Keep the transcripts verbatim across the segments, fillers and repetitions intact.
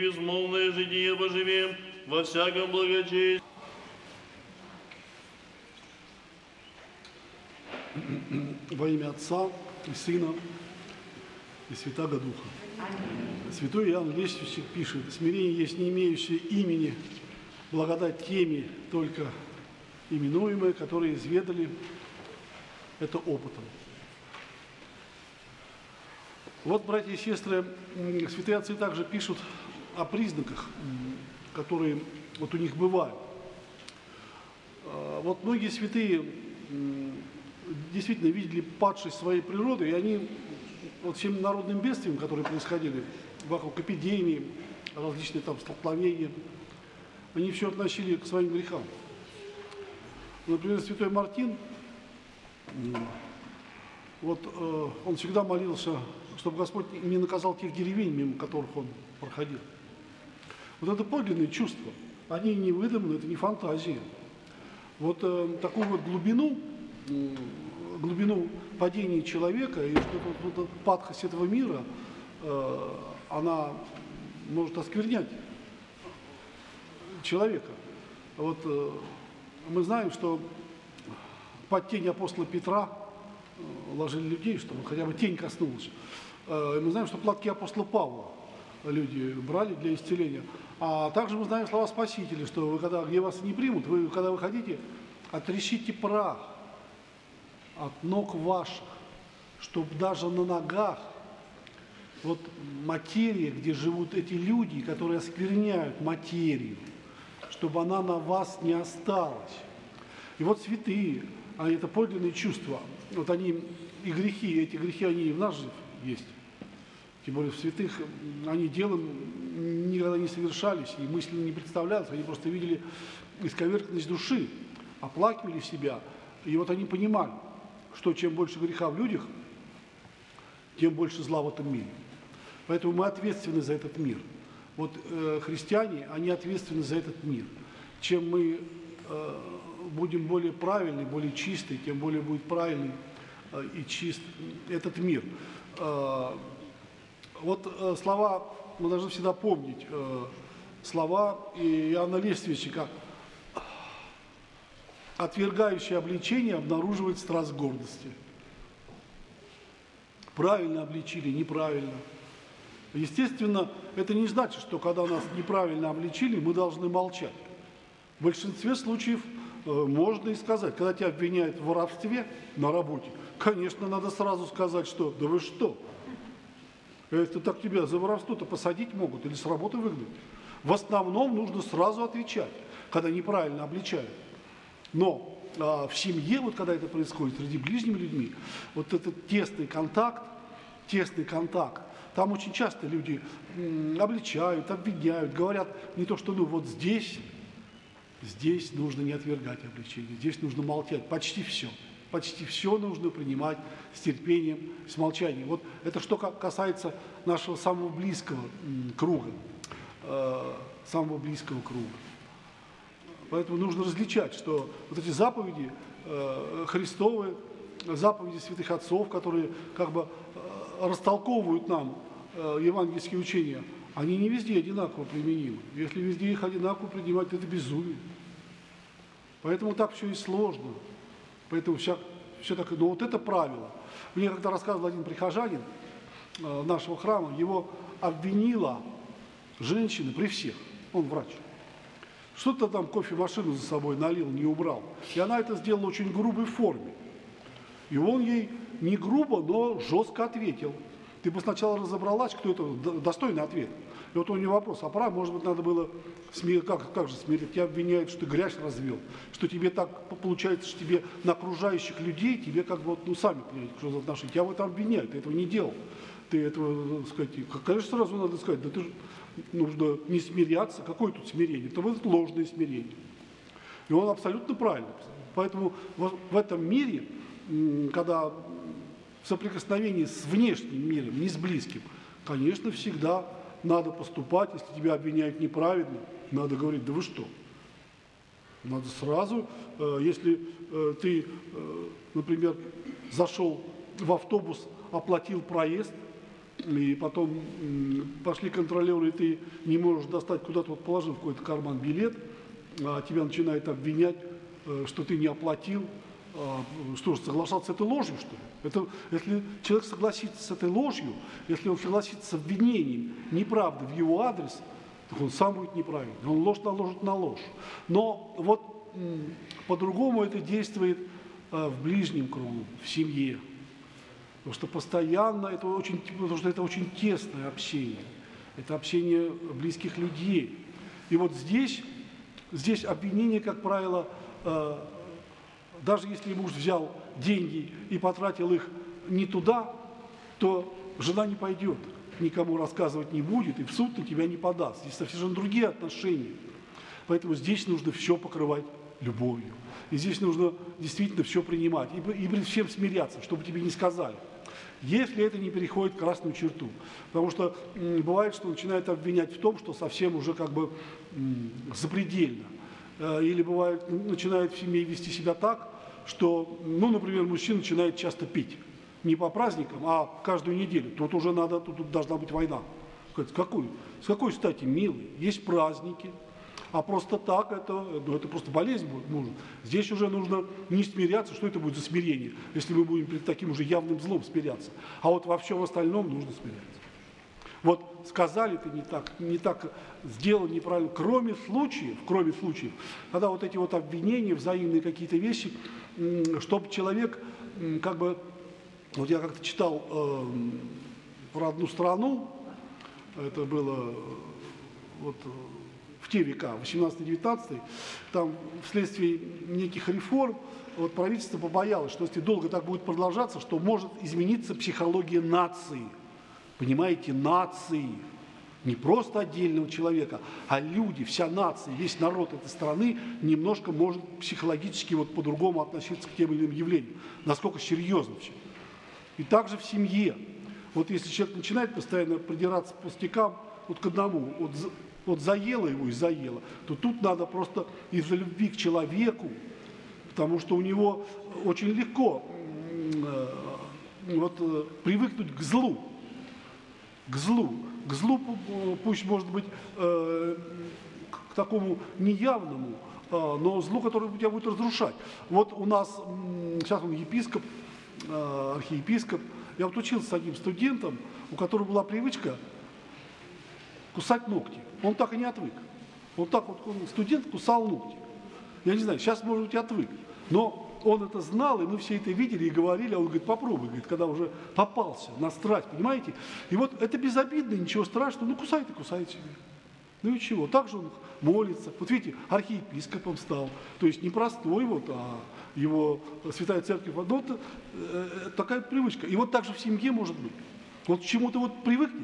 безмолвное житие поживем во всяком благочестии. Во имя Отца и Сына и Святаго Духа. Святой Иоанн Лествичник пишет: смирение есть не имеющее имени, благодать теми только именуемые, которые изведали это опытом. Вот, братья и сестры, святые отцы также пишут о признаках, которые вот у них бывают. Вот многие святые действительно видели падшесть своей природы, и они вот всем народным бедствиям, которые происходили вокруг эпидемии, различные там столкновения, они все относили к своим грехам. Например, святой Мартин, вот э, он всегда молился, чтобы Господь не наказал тех деревень, мимо которых он проходил. Вот это подлинные чувства, они не выдуманы, это не фантазии. Вот э, такую вот глубину, э, глубину падения человека и что-то вот, падхость этого мира, э, она может осквернять человека. Вот э, мы знаем, что под тень апостола Петра ложили людей, чтобы хотя бы тень коснулась. Э, мы знаем, что платки апостола Павла люди брали для исцеления. А также мы знаем слова Спасителя, что вы, когда, где вас не примут, вы, когда вы хотите, отрящите прах от ног ваших, чтобы даже на ногах вот материя, где живут эти люди, которые оскверняют материю, чтобы она на вас не осталась. И вот святые, а это подлинные чувства, вот они и грехи, эти грехи, они и в нас же есть. Тем более в святых они делом никогда не совершались и мысленно не представлялись, они просто видели исковерканность души, оплакивали себя, и вот они понимали, что чем больше греха в людях, тем больше зла в этом мире. Поэтому мы ответственны за этот мир. Вот э, христиане, они ответственны за этот мир. Чем мы э, будем более правильны, более чисты, тем более будет правильный э, и чист этот мир. Э, вот э, слова, мы должны всегда помнить, э, слова Иоанна Лествичника: отвергающее обличение обнаруживает страст гордости. Правильно обличили, неправильно. Естественно, это не значит, что когда нас неправильно обличили, мы должны молчать. В большинстве случаев э, можно и сказать, когда тебя обвиняют в воровстве на работе, конечно, надо сразу сказать, что да вы что? Это так тебя за воровство-то посадить могут или с работы выгнать. В основном нужно сразу отвечать, когда неправильно обличают. Но а, в семье, вот когда это происходит, среди ближними людьми, вот этот тесный контакт, тесный контакт, там очень часто люди м, обличают, обвиняют, говорят не то, что ну вот здесь, здесь нужно не отвергать обличение, здесь нужно молчать, почти все. Почти все нужно принимать с терпением, с молчанием. Вот это что касается нашего самого близкого м, круга, э, самого близкого круга. Поэтому нужно различать, что вот эти заповеди э, Христовы, заповеди святых отцов, которые как бы э, растолковывают нам э, евангельские учения, они не везде одинаково применимы. Если везде их одинаково принимать, это безумие. Поэтому так все и сложно. Поэтому все, все так, но вот это правило. Мне когда рассказывал один прихожанин э, нашего храма, его обвинила женщина при всех, он врач. Что-то там кофемашину за собой налил, не убрал. И она это сделала в очень грубой форме. И он ей не грубо, но жестко ответил. Ты бы сначала разобралась, кто это, достойный ответ. И вот у него вопрос, а пора, может быть, надо было, смир... как, как же смирить, тебя обвиняют, что ты грязь развел, что тебе так получается, что тебе на окружающих людей, тебе как бы, вот, ну, сами понимаете, что за отношения, тебя в этом обвиняют, ты этого не делал. Ты этого, так сказать, конечно, сразу надо сказать, да ты же, нужно не смиряться, какое тут смирение, это вот ложное смирение. И он абсолютно правильно. Поэтому в, в этом мире, когда в соприкосновении с внешним миром, не с близким, конечно, всегда надо поступать, если тебя обвиняют неправильно, надо говорить, да вы что? Надо сразу, если ты, например, зашел в автобус, оплатил проезд, и потом м, пошли контролеры, и ты не можешь достать, куда-то вот положил в какой-то карман билет, а тебя начинают обвинять, э, что ты не оплатил. А, что же, соглашаться с этой ложью, что ли? Это, если человек согласится с этой ложью, если он согласится с обвинением неправды в его адрес, так он сам будет неправильный. Он ложь наложит на ложь. Но вот м, по-другому это действует э, в ближнем кругу, в семье. Потому что постоянно, это очень, потому что это очень тесное общение. Это общение близких людей. И вот здесь, здесь обвинение, как правило, э, даже если муж взял деньги и потратил их не туда, то жена не пойдет, никому рассказывать не будет и в суд на тебя не подаст. Здесь совершенно другие отношения. Поэтому здесь нужно все покрывать любовью. И здесь нужно действительно все принимать. И, и при всем смиряться, чтобы тебе не сказали. Если это не переходит красную черту. Потому что м, бывает, что начинают обвинять в том, что совсем уже как бы м, запредельно. Э, или бывает, начинают в семье вести себя так, что, ну, например, мужчина начинает часто пить. Не по праздникам, а каждую неделю. Тут уже надо, тут, тут должна быть война. С какой, с какой стати, милый? Есть праздники. А просто так, это, ну, это просто болезнь будет, может. Здесь уже нужно не смиряться, что это будет за смирение, если мы будем перед таким уже явным злом смиряться. А вот во всем остальном нужно смиряться. Вот сказали ты не так, не так сделал неправильно, кроме случаев, кроме случаев, когда вот эти вот обвинения, взаимные какие-то вещи, чтобы человек, как бы, вот я как-то читал э, про одну страну, это было вот в те века, восемнадцатый-девятнадцатый, там вследствие неких реформ вот правительство побоялось, что если долго так будет продолжаться, что может измениться психология нации. Понимаете, нации. Не просто отдельного человека, а люди, вся нация, весь народ этой страны немножко может психологически вот по-другому относиться к тем или иным явлениям. Насколько серьезно все. И также в семье. Вот если человек начинает постоянно придираться к пустякам, вот к одному, вот Вот заело его и заело, то тут надо просто из-за любви к человеку, потому что у него очень легко э, вот, э, привыкнуть к злу, к злу, к злу, пусть может быть э, к такому неявному, э, но злу, которое тебя будет разрушать. Вот у нас, э, сейчас он епископ, э, архиепископ, я вот учился с одним студентом, у которого была привычка кусать ногти. Он так и не отвык. Он так вот, он, студент кусал ногти. Я не знаю, сейчас, может быть, отвык. Но он это знал, и мы все это видели и говорили, а он говорит, попробуй, говорит, когда уже попался на страсть, понимаете? И вот это безобидно, ничего страшного, ну кусай ты, кусай себе. Ну и чего? Так же он молится. Вот видите, архиепископом стал. То есть не простой вот, а его Святая Церковь. Ну, вот, э, такая привычка. И вот так же в семье может быть. Вот к чему-то вот привыкнет.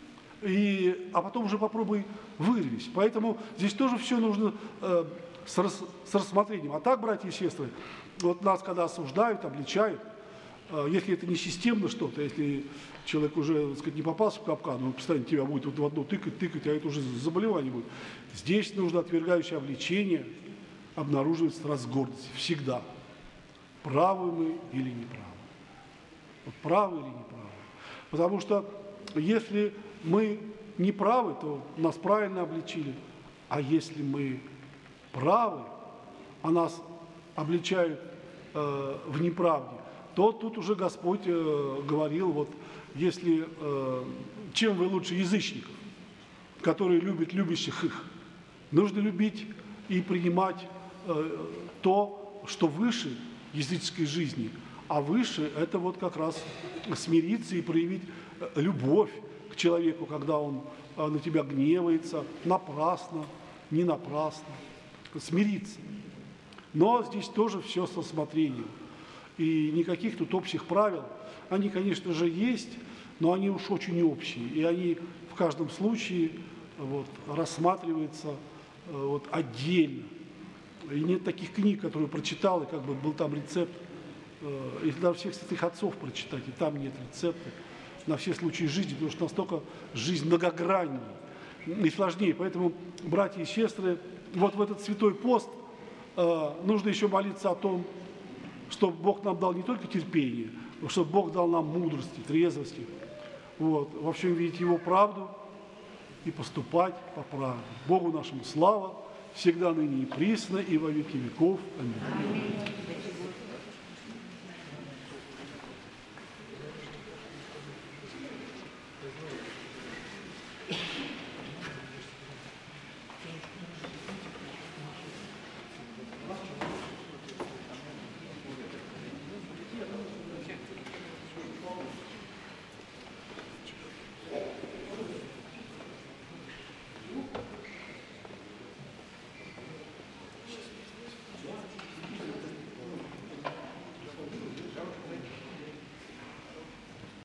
И, а потом уже попробуй вырвись. Поэтому здесь тоже все нужно э, с, рас, с рассмотрением. А так, братья и сестры, вот нас когда осуждают, обличают, э, если это не системно что-то, если человек уже, так сказать, не попался в капкан, он постоянно тебя будет вот в одно тыкать, тыкать, а это уже заболевание будет. Здесь нужно отвергающее обличение обнаруживать страсть гордости. Всегда. Правы мы или неправы. Вот правы или неправы. Потому что если мы не правы, то нас правильно обличили. А если мы правы, а нас обличают э, в неправде, то тут уже Господь э, говорил, вот, если, э, чем вы лучше язычников, которые любят любящих их. Нужно любить и принимать э, то, что выше языческой жизни, а выше это вот как раз смириться и проявить любовь к человеку, когда он на тебя гневается, напрасно, не напрасно, смириться. Но здесь тоже все с рассмотрением. И никаких тут общих правил, они, конечно же, есть, но они уж очень общие. И они в каждом случае вот, рассматриваются вот, отдельно. И нет таких книг, которые прочитал, и как бы был там рецепт. Если даже всех святых отцов прочитать, и там нет рецепта на все случаи жизни, потому что настолько жизнь многограннее и сложнее. Поэтому, братья и сестры, вот в этот святой пост э, нужно еще молиться о том, чтобы Бог нам дал не только терпение, но чтобы Бог дал нам мудрости, трезвости, вот, во всем видеть Его правду и поступать по правде. Богу нашему слава, всегда ныне и присно, и во веки веков. Аминь.